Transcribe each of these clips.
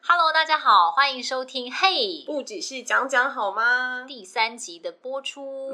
Hello， 大家好，欢迎收听嘿， 不只是讲讲好吗？ 第3集的播出。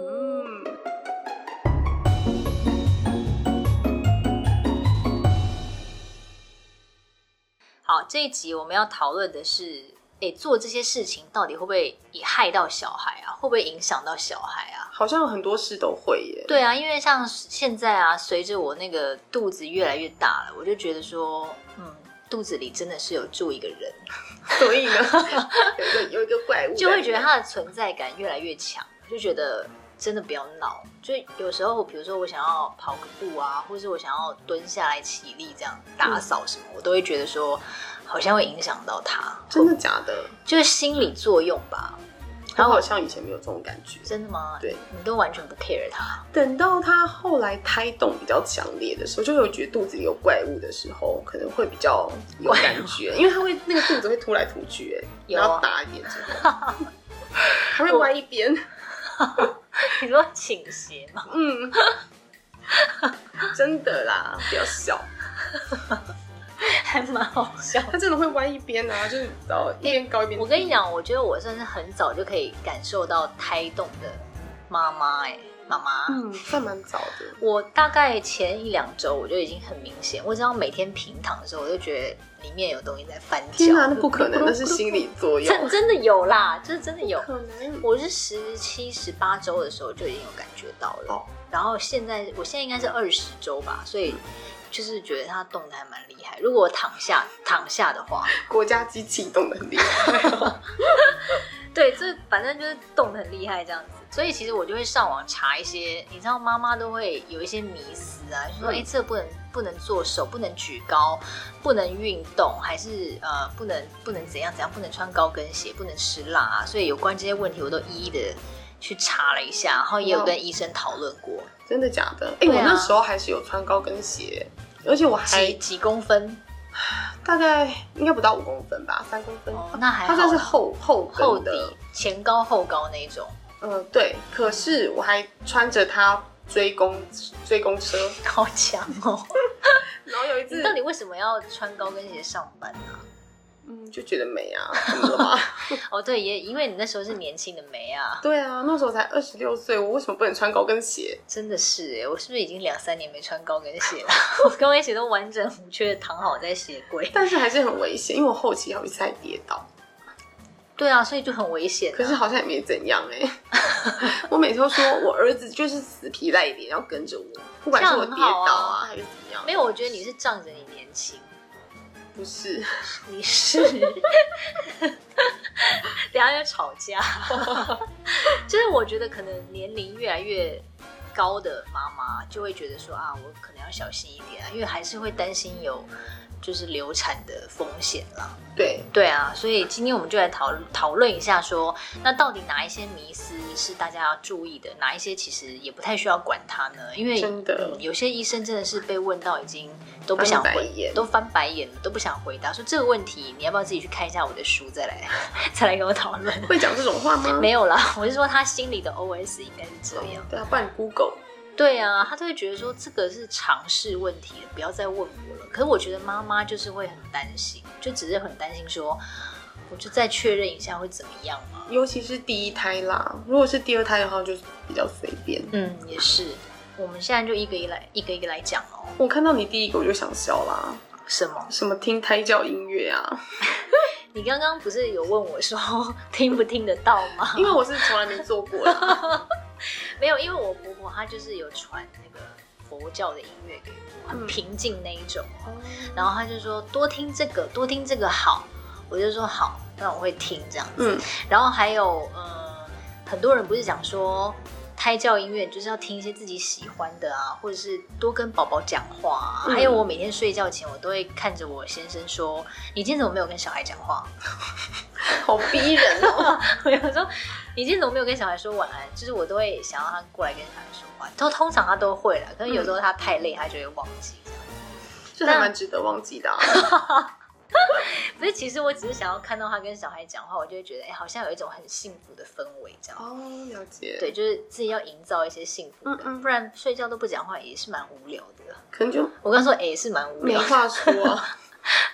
好，这一集我们要讨论的是，做这些事情到底会不会也害到小孩啊？会不会影响到小孩啊？ 好像很多事都会耶。 对啊，因为像现在啊，随着我那个肚子越来越大了，我就觉得说，肚子里真的是有住一个人， 所以呢，有一个怪物， 就会觉得他的存在感越来越强，就觉得真的不要闹。就有时候，比如说我想要跑个步啊，或是我想要蹲下来起立这样打扫什么，我都会觉得说好像会影响到他。 真的假的？ 就是心理作用吧。 然后好像以前没有这种感觉。 真的吗？ 对， 你都完全不 care 他。 等到他后来胎动比较强烈的时候，就会觉得肚子里有怪物的时候，可能会比较有感觉，因为他会那个肚子会突来突去，然后大一点之后，还会歪一边。 你说倾斜吗？ 真的啦，不要笑。 还蛮好笑， 他真的会歪一边啊，就是一边高一边低。 我跟你讲，我觉得我算是很早就可以感受到胎动的妈妈妈妈， 算蛮早的。 我大概前1-2周我就已经很明显，我只要每天平躺的时候，我就觉得里面有东西在翻搅。 天啊，那不可能，那是心理作用。 真的有啦，就是真的有。 可能我是17、18周的时候就已经有感觉到了，然后我现在应该是20周吧，所以就是觉得它动得还蛮厉害。如果我躺下的话， 国家机器动得很厉害。 对，这反正就是动得很厉害这样子。所以其实我就会上网查一些，你知道妈妈都会有一些迷思啊，就说这不能做手，不能举高，不能运动，还是不能怎样，不能穿高跟鞋，不能吃辣啊。所以有关这些问题，我都一一的去查了一下，然后也有跟医生讨论过。 真的假的？我那时候还是有穿高跟鞋，而且我还几公分？ 大概应该不到5公分吧，3公分。 那还好， 它算是厚底，前高后高那种。 对。可是我还穿着它追公车， 好强哦！ 然后有一次， 你到底为什么要穿高跟鞋上班啊？ 就觉得美啊，怎么了吗？ 对，也因为你那时候是年轻的美啊。 对啊，那时候才26岁，我为什么不能穿高跟鞋？ 真的是我是不是已经2-3年没穿高跟鞋了？我高跟鞋都完整无缺的躺好在鞋柜， 但是还是很危险，因为我后期有一次还跌倒。 对啊，所以就很危险。 可是好像也没怎样我每次都说我儿子就是死皮赖脸要跟着我，不管是我跌倒啊还是怎么样。 没有，我觉得你是仗着你年轻。 不是， 你是等一下就吵架。就是我觉得可能年龄越来越高的妈妈就会觉得说我可能要小心一点因为还是会担心有就是流产的风险啦。对啊，所以今天我们就来讨论一下说，那到底哪一些迷思是大家要注意的，哪一些其实也不太需要管它呢？因为真的有些医生真的是被问到已经都不想回，都翻白眼了，都不想回答，说这个问题你要不要自己去看一下我的书再来跟我讨论？ 会讲这种话吗？ 没有啦，我是说他心里的 OS 应该是这样。 对啊，不然你 Google。 对啊，他都会觉得说这个是常识问题了，不要再问我了。可是我觉得妈妈就是会很担心，就只是很担心说，我就再确认一下会怎么样嘛。 尤其是第1胎啦，如果是第2胎的话，就是比较随便。 也是。我们现在就一个一个来讲哦。 我看到你第一个我就想笑啦。 什么听胎教音乐啊？ 你刚刚不是有问我说听不听得到吗？ 因为我是从来没做过啦。 没有，因为我婆婆她就是有传那个佛教的音乐给我，很平静那一种。然后她就说多听这个好，我就说好，那我会听这样子。然后还有很多人不是讲说胎教音乐就是要听一些自己喜欢的啊，或者是多跟宝宝讲话啊。还有我每天睡觉前我都会看着我先生说，你今天怎么没有跟小孩讲话？ 好逼人哦。 我有时候你今天怎么没有跟小孩说晚安？就是我都会想要他过来跟小孩说话，通常他都会啦，可是有时候他太累，他就会忘记这样。 这还蛮值得忘记的不是，其实我只是想要看到他跟小孩讲话，我就会觉得好像有一种很幸福的氛围这样。 了解。 对，就是自己要营造一些幸福感，不然睡觉都不讲话也是蛮无聊的。 可能就我刚说是蛮无聊的， 没话说啊。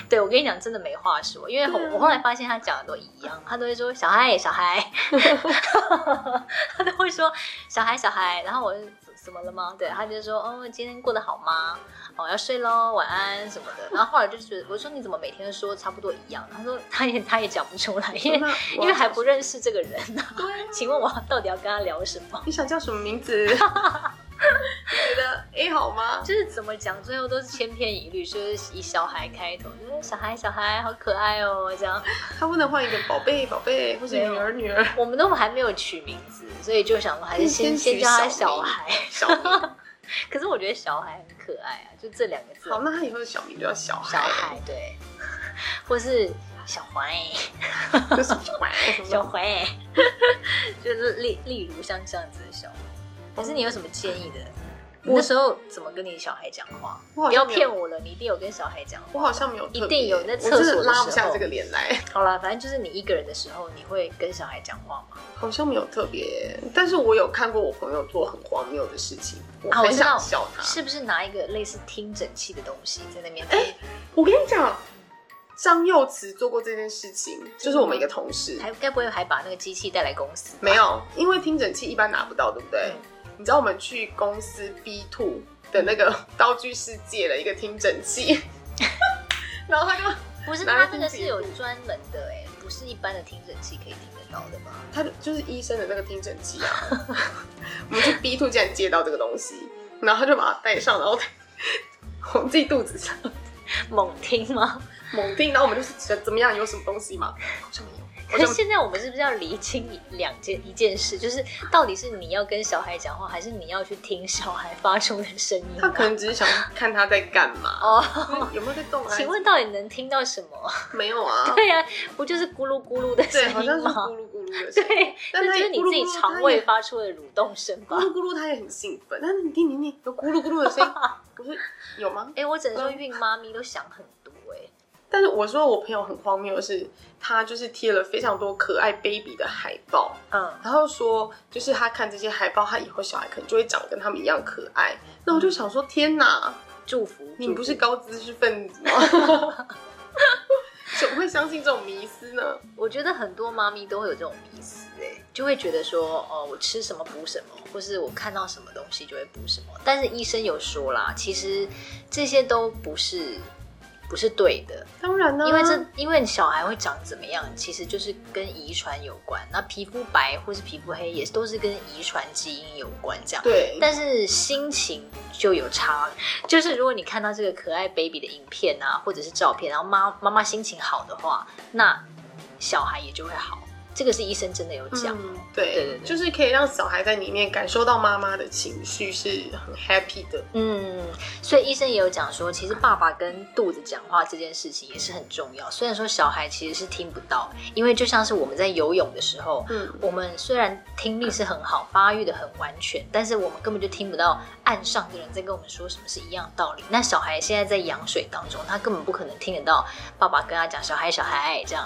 对，我跟你讲，真的没话说，因为我后来发现他讲的都一样，他都会说小孩小孩，他都会说小孩小孩，然后我就怎么了吗？对，他就说今天过得好吗？要睡咯，晚安什么的。然后后来就觉得，我说你怎么每天都说差不多一样？他说他也讲不出来，因为还不认识这个人啊。请问我到底要跟他聊什么？ 你想叫什么名字？你觉得 A 好吗？ 就是怎么讲，最后都是千篇一律，就是以小孩开头，就是小孩小孩好可爱哦，这样。 他不能换一个宝贝宝贝，或是女儿女儿。 我们都还没有取名字，所以就想说还是先叫他小孩。 小名。 可是我觉得小孩很可爱啊，就这2个字。 好，那他以后的小名就叫小孩。 小孩对，或是小怀， 就是小怀，就是例如像这样子的小孩。可是你有什么建议的？你那时候怎么跟你小孩讲话？不要骗我了，你一定有跟小孩讲话。 我好像没有， 一定有。在厕所的时候， 我真的拉不下这个脸来。 好啦，反正就是你一个人的时候，你会跟小孩讲话吗？ 好像没有特别，但是我有看过我朋友做很荒谬的事情，我很想笑他。 是不是拿一个类似听诊器的东西在那边？ 我跟你讲，张佑慈做过这件事情，就是我们一个同事， 该不会还把那个机器带来公司？ 没有，因为听诊器一般拿不到，对不对？你知道我们去公司 B2 的那个道具室借了一个听诊器，然后他就不是他那个是有专门的不是一般的听诊器可以听得到的吗？ 他就是医生的那个听诊器啊。我们去 B2 竟然借到这个东西，然后他就把它带上，然后我们自己肚子上猛听吗？ 猛听，然后我们就是怎么样？有什么东西吗？好像没有。 可是现在我们是不是要厘清一件事，就是到底是你要跟小孩讲话，还是你要去听小孩发出的声音？ 他可能只是想看他在干嘛有没有在动啊？ 请问到底能听到什么？ 没有啊。 对啊，不就是咕噜咕噜的声音吗？ 对，好像是咕噜咕噜的声音。 对，但就是你自己肠胃发出的蠕动声吧。 咕噜咕噜，他也很兴奋。但是你听，有咕噜咕噜的声音，我说有吗？ 我只能说孕妈咪都想很多但是我说我朋友很荒谬的是，他就是贴了非常多可爱 baby 的海报，然后说就是他看这些海报，他以后小孩可能就会长得跟他们一样可爱。那我就想说，天哪， 祝福你不是高知识分子吗？怎么会相信这种迷思呢？ 我觉得很多妈咪都会有这种迷思就会觉得说我吃什么补什么，或是我看到什么东西就会补什么。但是医生有说啦，其实这些都不是对的。 当然呢， 因为小孩会长怎么样，其实就是跟遗传有关。那皮肤白或是皮肤黑也都是跟遗传基因有关这样。 对。 但是心情就有差，就是如果你看到这个可爱 baby 的影片啊，或者是照片，然后妈妈心情好的话，那小孩也就会好。这个是医生真的有讲。 对，就是可以让小孩在里面感受到妈妈的情绪是很 happy 的。 所以医生也有讲说，其实爸爸跟肚子讲话这件事情也是很重要。虽然说小孩其实是听不到，因为就像是我们在游泳的时候，我们虽然听力是很好，发育的很完全，但是我们根本就听不到岸上的人在跟我们说什么，是一样的道理。那小孩现在在羊水当中，他根本不可能听得到爸爸跟他讲小孩小孩这样。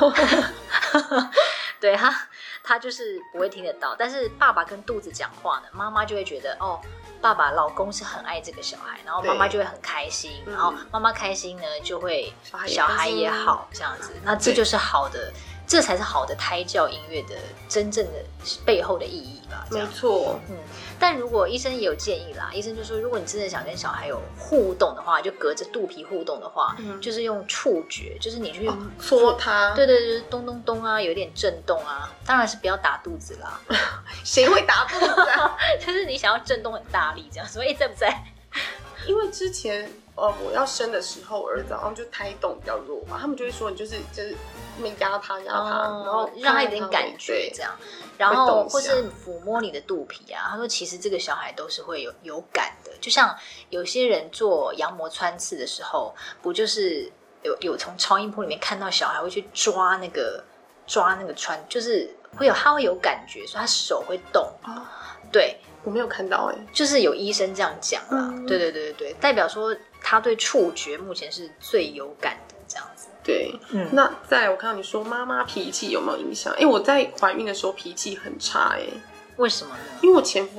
对，他就是不会听得到。但是爸爸跟肚子讲话呢，妈妈就会觉得爸爸老公是很爱这个小孩，然后妈妈就会很开心，然后妈妈开心呢，就会小孩也好这样子。那这就是好的，这才是好的胎教音乐的真正的背后的意义吧。 没错。 但如果医生也有建议啦，医生就说，如果你真的想跟小孩有互动的话，就隔着肚皮互动的话，就是用触觉，就是你去戳他， 对，就是咚咚咚啊，有点震动啊，当然是不要打肚子啦。 谁会打肚子啊？ 就是你想要震动很大力这样，说在不在？ 因为之前我要生的时候，我儿子好像就胎动比较弱嘛，他们就会说你就是那压他，然后让他有点感觉这样，然后或是抚摸你的肚皮啊。他说其实这个小孩都是会有感的，就像有些人做羊膜穿刺的时候，不就是有从超音波里面看到小孩会去抓那个穿，就是他会有感觉，所以他手会动。对， 我没有看到就是有医生这样讲啦。对，代表说他对触觉目前是最有感的这样子。 对，那再来我看到你说妈妈脾气有没有影响？我在怀孕的时候脾气很差。 为什么呢？ 因为我前夫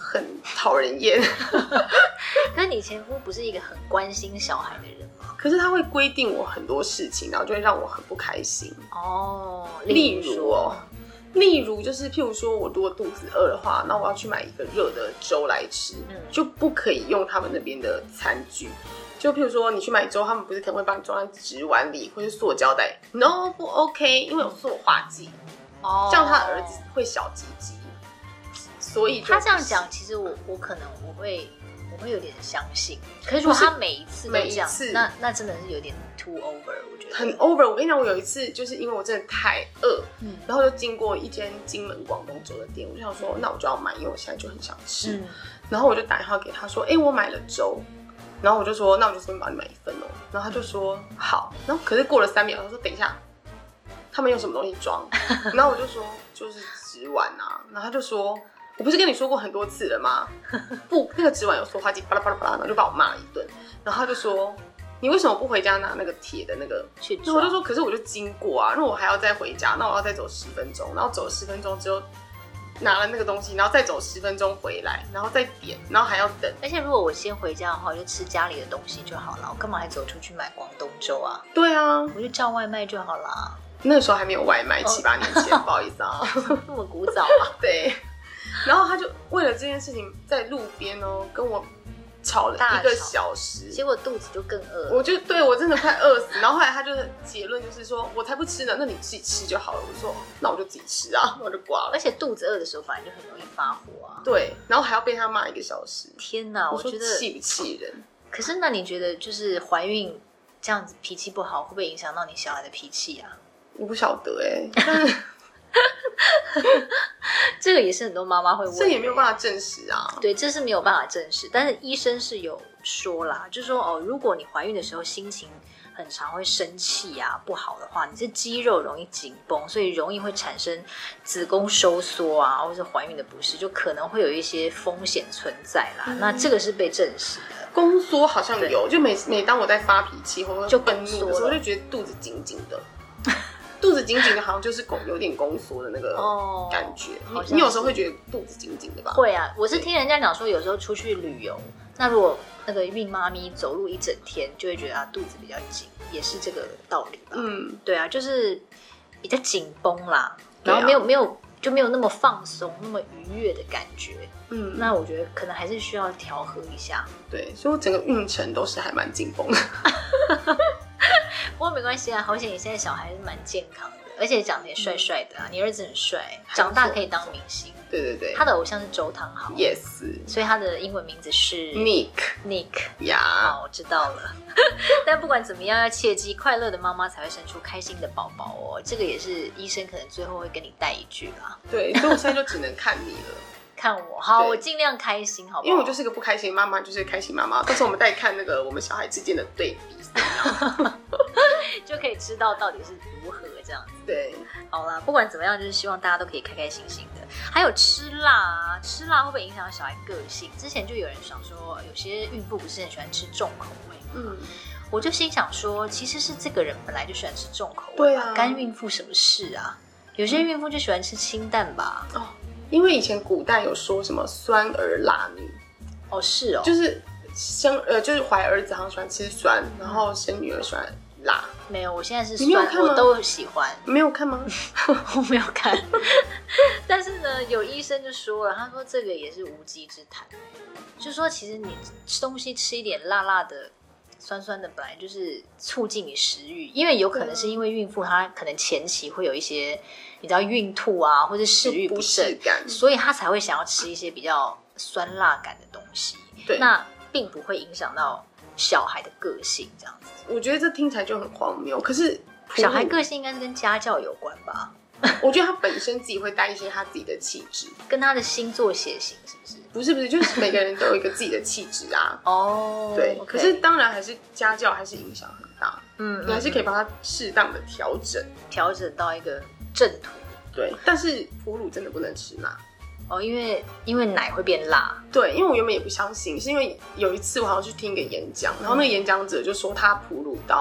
很讨人厌。 可是你前夫不是一个很关心小孩的人吗？ 可是他会规定我很多事情，然后就会让我很不开心。 哦， 例如就是譬如说我如果肚子饿的话，那我要去买一个热的粥来吃，就不可以用他们那边的餐具。就譬如说你去买粥，他们不是可能会帮你装在纸碗里或是塑胶袋 ，no 不 OK， 因为有塑化剂，这样他的儿子会小鸡鸡，所以他这样讲，其实我可能我会有点相信。可是如果他每一次都这样，那真的是有点 too over， 我觉得很 over。我跟你讲，我有一次就是因为我真的太饿，然后就经过一间金门广东粥的店，我就想说，那我就要买，因为我现在就很想吃。然后我就打电话给他说，我买了粥。然后我就说，那我就随便帮你买1份哦。然后他就说好。然后可是过了3秒，他说等一下，他们用什么东西装？然后我就说就是纸碗啊。然后他就说，我不是跟你说过很多次了吗？不，那个纸碗有塑化剂，巴拉巴拉巴拉，然后就把我骂了一顿。然后他就说，你为什么不回家拿那个铁的那个去装？ 我就说，可是我就经过啊，那我还要再回家，那我要再走10分钟，然后走了10分钟之后。拿了那个东西，然后再走10分钟回来，然后再点，然后还要等。 而且如果我先回家的话，我就吃家里的东西就好了，我干嘛还走出去买广东粥啊？ 对啊， 我就叫外卖就好了。 那个时候还没有外卖，7、8年前，不好意思啊， 那么古早啊。 对，然后他就为了这件事情在路边跟我吵了1个小时， 结果肚子就更饿。 我真的快饿死。然后后来他就是结论就是说，我才不吃呢，那你自己吃就好了。我说那我就自己吃啊，我就挂了。 而且肚子饿的时候本来就很容易发火啊。 对，然后还要被他骂1个小时。 天哪，我觉得气不气人？ 可是那你觉得就是怀孕这样子脾气不好，会不会影响到你小孩的脾气啊？ 我不晓得但是这个也是很多妈妈会问， 这也没有办法证实啊。 对，这是没有办法证实，但是医生是有说啦，就是说如果你怀孕的时候心情很常会生气啊不好的话，你这肌肉容易紧绷，所以容易会产生子宫收缩啊，或者是怀孕的不适，就可能会有一些风险存在啦。那这个是被证实的。 宫缩好像有，就每当我在发脾气或者愤怒的时候，我就觉得肚子紧紧的。肚子紧紧的，好像就是有点宫缩的那个感觉。你有时候会觉得肚子紧紧的吧？ 会啊，我是听人家讲说，有时候出去旅游，那如果那个孕妈咪走路一整天，就会觉得肚子比较紧，也是这个道理吧？对啊，就是比较紧绷啦，然后没有那么放松、那么愉悦的感觉。那我觉得可能还是需要调和一下。 对，所以我整个孕程都是还蛮紧绷的。 不过没关系啊，好险你现在小孩是蛮健康的，而且长得也帅帅的啊。你儿子很帅，长大可以当明星。 对对对， 他的偶像是周汤豪 ，Yes， 所以他的英文名字是 Nick 呀。好，我知道了。但不管怎么样，要切记，快乐的妈妈才会生出开心的宝宝哦。这个也是医生可能最后会跟你带一句啦。 对，所以我现在就只能看你了。 看我好，我尽量开心，好不好？ 因为我就是个不开心妈妈，就是开心妈妈。到时候我们再看那个我们小孩之间的对比， 就可以知道到底是如何这样子。 对， 好啦，不管怎么样，就是希望大家都可以开开心心的。还有吃辣啊，吃辣会不会影响小孩个性？之前就有人想说，有些孕妇不是很喜欢吃重口味吗？我就心想说，其实是这个人本来就喜欢吃重口味，对啊，干孕妇什么事啊？有些孕妇就喜欢吃清淡吧。 因为以前古代有说什么酸儿辣女， 是哦， 就是就是怀儿子好像喜欢吃酸，然后生女儿喜欢辣。 没有，我现在是酸，我都喜欢。 没有看吗？ 我没有看，但是呢，有医生就说了，他说这个也是无稽之谈，就说其实你吃东西吃一点辣辣的。酸酸的本来就是促进你食欲，因为有可能是因为孕妇她可能前期会有一些你知道孕吐啊，或者食欲不振，所以她才会想要吃一些比较酸辣感的东西。对，那并不会影响到小孩的个性这样子。 我觉得这听起来就很荒谬，可是小孩个性应该是跟家教有关吧？ 我觉得他本身自己会带一些他自己的气质， 跟他的星座血型是不是？ 不是，就是每个人都有一个自己的气质啊。对，可是当然还是家教还是影响很大。你还是可以帮他适当的调整到一个正途。 对，但是哺乳真的不能吃辣。 因为奶会变辣。 对，因为我原本也不相信，是因为有一次我好像去听一个演讲，然后那个演讲者就说他哺乳到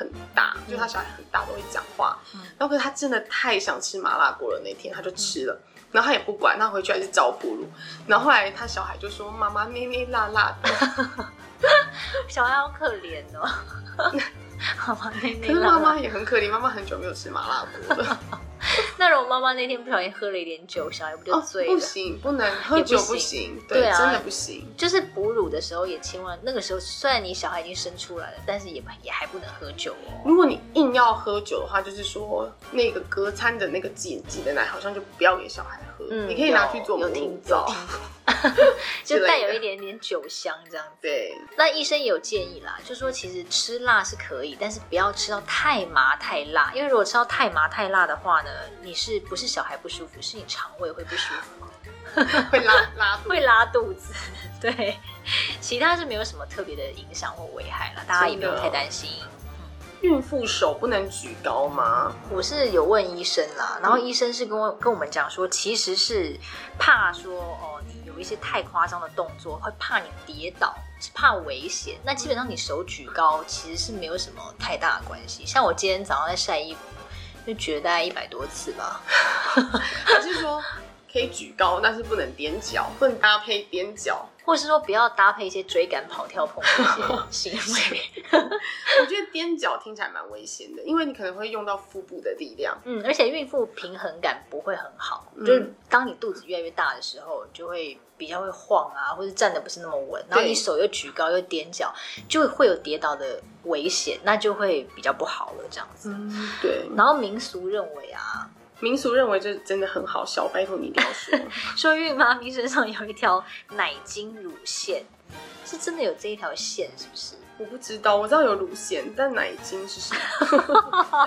很大，就他小孩很大都会讲话，然后可是他真的太想吃麻辣锅了，那天他就吃了。然后他也不管，他回去还是照哺乳。然后后来他小孩就说：“妈妈内内辣辣的。” 小孩好可怜哦。妈妈内内辣辣。 可是妈妈也很可怜，妈妈很久没有吃麻辣锅了。 那如果妈妈那天不小心喝了一点酒，小孩不就醉了？ 不行，不能喝酒，不行， 对啊， 真的不行。 就是哺乳的时候也千万，那个时候虽然你小孩已经生出来了，但是也还不能喝酒哦。 如果你硬要喝酒的话，就是说那个隔餐的那个挤的奶，好像就不要给小孩喝，你可以拿去做母乳皂。 就带有一点点酒香这样子。 对， 那医生也有建议啦，就说其实吃辣是可以，但是不要吃到太麻太辣，因为如果吃到太麻太辣的话呢，你是不是小孩不舒服，是你肠胃会不舒服， 会拉肚子。对，其他是没有什么特别的影响或危害啦，大家也不用太担心。 孕妇手不能举高吗？ 我是有问医生啦，然后医生是跟我们讲说，其实是怕说你有一些太夸张的动作，会怕你跌倒，是怕危险。那基本上你手举高其实是没有什么太大的关系。像我今天早上在晒衣服，就举了大概100多次吧。 还是说可以举高，但是不能踮脚，不能搭配踮脚， 或是说不要搭配一些追赶、跑跳、碰这些行为。 我觉得踮脚听起来蛮危险的，因为你可能会用到腹部的力量。 而且孕妇平衡感不会很好，就是当你肚子越来越大的时候，就会比较会晃啊，或者站得不是那么稳，然后你手又举高又踮脚，就会有跌倒的危险，那就会比较不好了这样子。 对。 然后民俗认为啊。 民俗认为这真的很好笑，拜托你一定要说。 说孕妈咪身上有一条奶精乳线，是真的有这一条线是不是？ 我不知道，我知道有乳腺，但奶精是什么？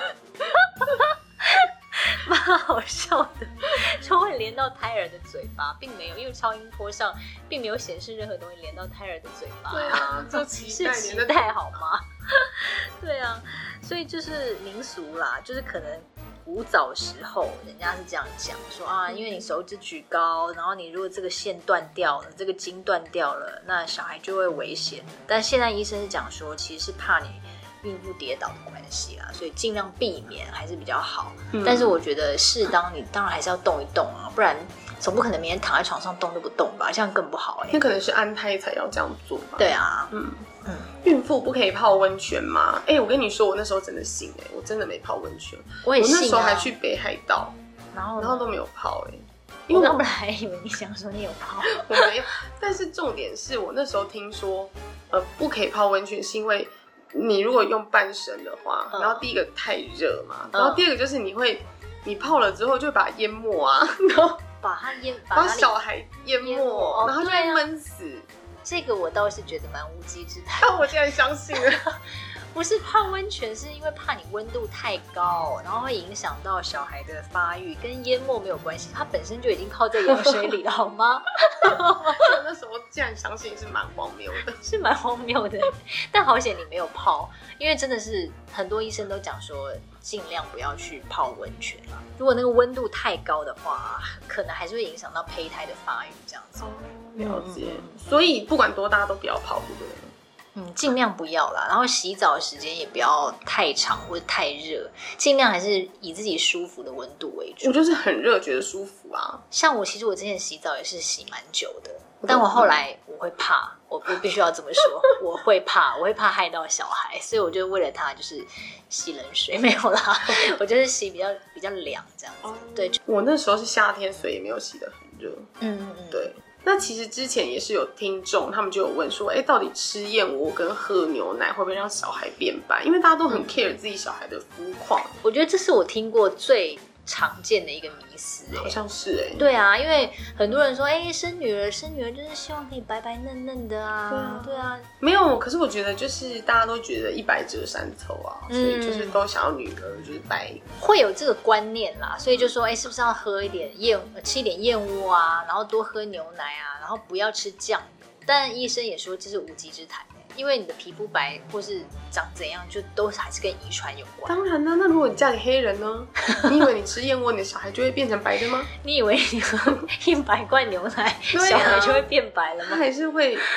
蛮好笑的，说会连到胎儿的嘴巴，并没有，因为超音波上并没有显示任何东西连到胎儿的嘴巴。 对啊，就期待好吗？对啊，所以就是民俗啦，就是可能古早时候人家是这样讲说啊，因为你手指举高，然后你如果这个线断掉了，这个筋断掉了，那小孩就会危险。但现在医生是讲说，其实是怕你孕妇跌倒的关系啦，所以尽量避免还是比较好。但是我觉得适当，你当然还是要动一动啊，不然总不可能每天躺在床上动都不动吧，这样更不好那可能是安胎才要这样做吧。 对啊， 孕妇不可以泡温泉吗？我跟你说，我那时候真的信我真的没泡温泉。 我也信啊。 我那时候还去北海道，然后都没有泡因为我本来还以为你想说你有泡， 我没有。但是重点是我那时候听说，不可以泡温泉，是因为你如果用半身的话，然后第一个太热嘛，然后第二个就是你泡了之后就会把它淹没啊，然后把小孩淹没，然后就会闷死。 这个我倒是觉得蛮无稽之谈， 但我竟然相信了。 不是泡温泉，是因为怕你温度太高，然后会影响到小孩的发育，跟淹没没有关系，它本身就已经泡在羊水里了，好吗？ 我那时候竟然相信是蛮荒谬的， 是蛮荒谬的。但好险你没有泡，因为真的是很多医生都讲说，尽量不要去泡温泉啦。如果那个温度太高的话，可能还是会影响到胚胎的发育，这样子。 了解。所以不管多大都不要泡，对不对？ 尽量不要啦，然后洗澡的时间也不要太长或者太热，尽量还是以自己舒服的温度为主。 我就是很热，觉得舒服啊。 像其实我之前洗澡也是洗蛮久的，但我后来我会怕，我必须要这么说，我会怕害到小孩，所以我就为了他就是洗冷水，没有啦，我就是洗比较凉这样子。对， 我那时候是夏天，所以也没有洗得很热。对。那其实之前也是有听众，他们就有问说，到底吃燕窝跟喝牛奶会不会让小孩变白？因为大家都很 care 自己小孩的肤况。 我觉得这是我听过最常见的一个迷思， 好像是对啊，因为很多人说，生女儿就是希望可以白白嫩嫩的啊，对啊， 没有，可是我觉得就是大家都觉得一白遮三丑啊，所以就是都想要女儿就是白， 会有这个观念啦，所以就说，是不是要吃一点燕窝啊，然后多喝牛奶啊，然后不要吃酱油，但医生也说这是无稽之谈。因为你的皮肤白或是长怎样，就都还是跟遗传有关。 当然啦，那如果你嫁给黑人呢？你以为你吃燕窝，你的小孩就会变成白的吗？ 你以为你喝100罐牛奶，小孩就会变白了吗？ 他还是会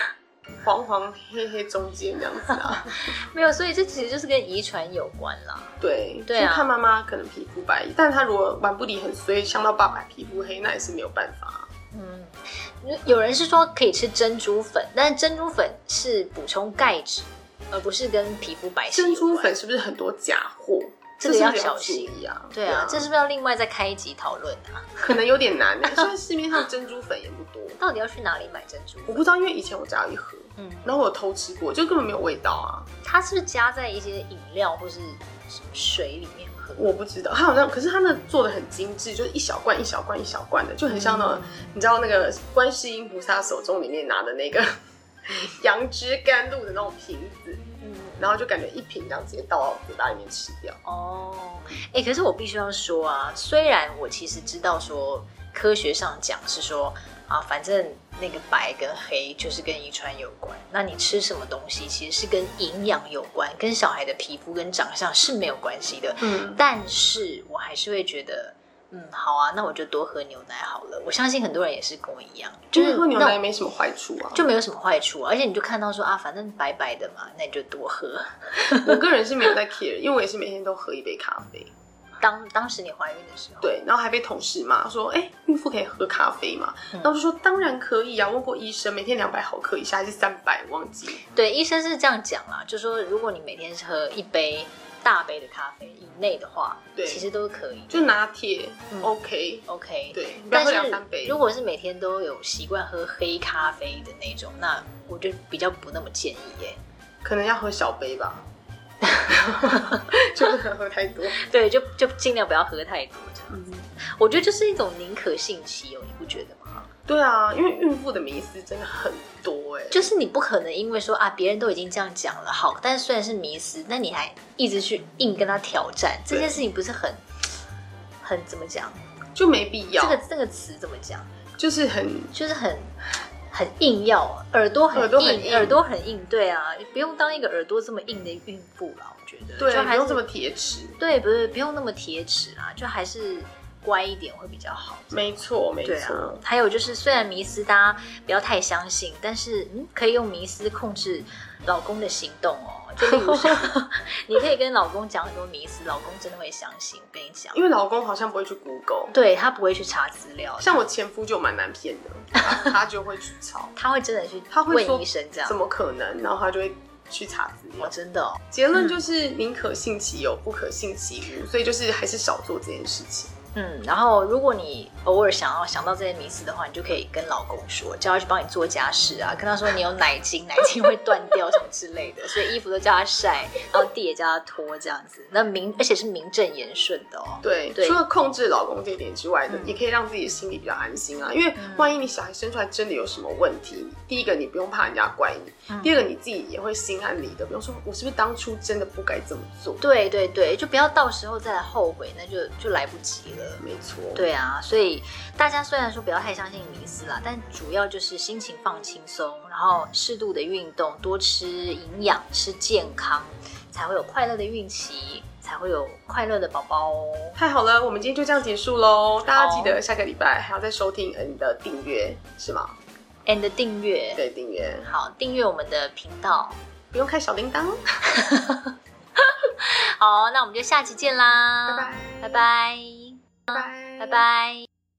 黄黄黑黑中间这样子啊。 没有，所以这其实就是跟遗传有关啦。 对， 对啊， 就看妈妈可能皮肤白，但她如果顽不离很衰，像到爸爸皮肤黑，那也是没有办法。 有人是说可以吃珍珠粉，但是珍珠粉是补充钙质，而不是跟皮肤白皙有关。 珍珠粉是不是很多假货？ 这个要小心啊！ 对啊，这是不是要另外再开一集讨论啊？ 可能有点难现在市面上珍珠粉也不多。 到底要去哪里买珍珠粉？ 我不知道，因为以前我家有一盒，然后我有偷吃过，就根本没有味道啊。 它是不是加在一些饮料或是什么水里面喝？ 我不知道，它好像，可是它那做的很精致，就是一小罐一小罐一小罐的，就很像那种，你知道那个观世音菩萨手中里面拿的那个杨枝甘露的那种瓶子。然后就感觉一瓶这样直接倒到嘴巴里面吃掉。 可是我必须要说啊，虽然我其实知道说科学上讲是说啊，反正那个白跟黑就是跟遗传有关，那你吃什么东西其实是跟营养有关，跟小孩的皮肤跟长相是没有关系的。但是我还是会觉得好啊，那我就多喝牛奶好了。我相信很多人也是跟我一样， 就是喝牛奶没什么坏处啊， 就没有什么坏处啊。而且你就看到说啊，反正白白的嘛，那你就多喝。 我个人是没有在 care， 因为我也是每天都喝一杯咖啡。 当时你怀孕的时候， 对，然后还被同事骂说，孕妇可以喝咖啡吗？然后就说当然可以啊，问过医生，每天200毫克以下还是300，忘记。 对，医生是这样讲啦，就说如果你每天喝一杯大杯的咖啡以内的话，对，其实都是可以的， 就拿铁，OK，对，不要喝2-3杯。 如果是每天都有习惯喝黑咖啡的那种，那我就比较不那么建议耶， 可能要喝小杯吧。就不能喝太多， 对，就尽量不要喝太多这样子。我觉得就是一种宁可信其有，你不觉得吗？ 对啊，因为孕妇的迷思真的很多就是你不可能因为说啊别人都已经这样讲了，好，但是虽然是迷思，那你还一直去硬跟他挑战，这件事情不是很怎么讲？ 就没必要。 这个词怎么讲？ 就是很硬要，耳朵很硬，对啊，不用当一个耳朵这么硬的孕妇啦，我觉得， 对，不用这么铁齿， 对，不用那么铁齿啦，就还是乖一点会比较好。 没错，没错。 啊，还有就是，虽然迷思大家不要太相信，但是可以用迷思控制老公的行动哦。就例如说，你可以跟老公讲很多迷思，老公真的会相信。我跟你讲， 因为老公好像不会去 Google， 对，他不会去查资料。 像我前夫就蛮难骗的，他就会去查， 他会真的去问医生这样， 怎么可能？然后他就会去查资料。 真的结论就是宁可信其有，不可信其无，所以就是还是少做这件事情。 然后如果你偶尔想到这些迷思的话，你就可以跟老公说，叫他去帮你做家事啊，跟他说你有奶精会断掉什么之类的，所以衣服都叫他晒，然后地也叫他拖这样子，而且是名正言顺的哦。 对，除了控制老公这一点之外的，也可以让自己的心里比较安心啊，因为万一你小孩生出来真的有什么问题，第一个你不用怕人家怪你，第二个你自己也会心安理得，比如说我是不是当初真的不该这么做？ 对，就不要到时候再来后悔，那就来不及了。 没错， 对啊，所以大家虽然说不要太相信迷思啦，但主要就是心情放轻松，然后适度的运动，多吃营养，吃健康，才会有快乐的孕期，才会有快乐的宝宝哦。 太好了，我们今天就这样结束喽。大家记得下个礼拜还要再收听N 的订阅，是吗 ？N 的订阅， 对，订阅。 好，订阅我们的频道， 不用开小铃铛。 好，那我们就下期见啦， 拜拜， 拜拜， 拜拜， 拜拜。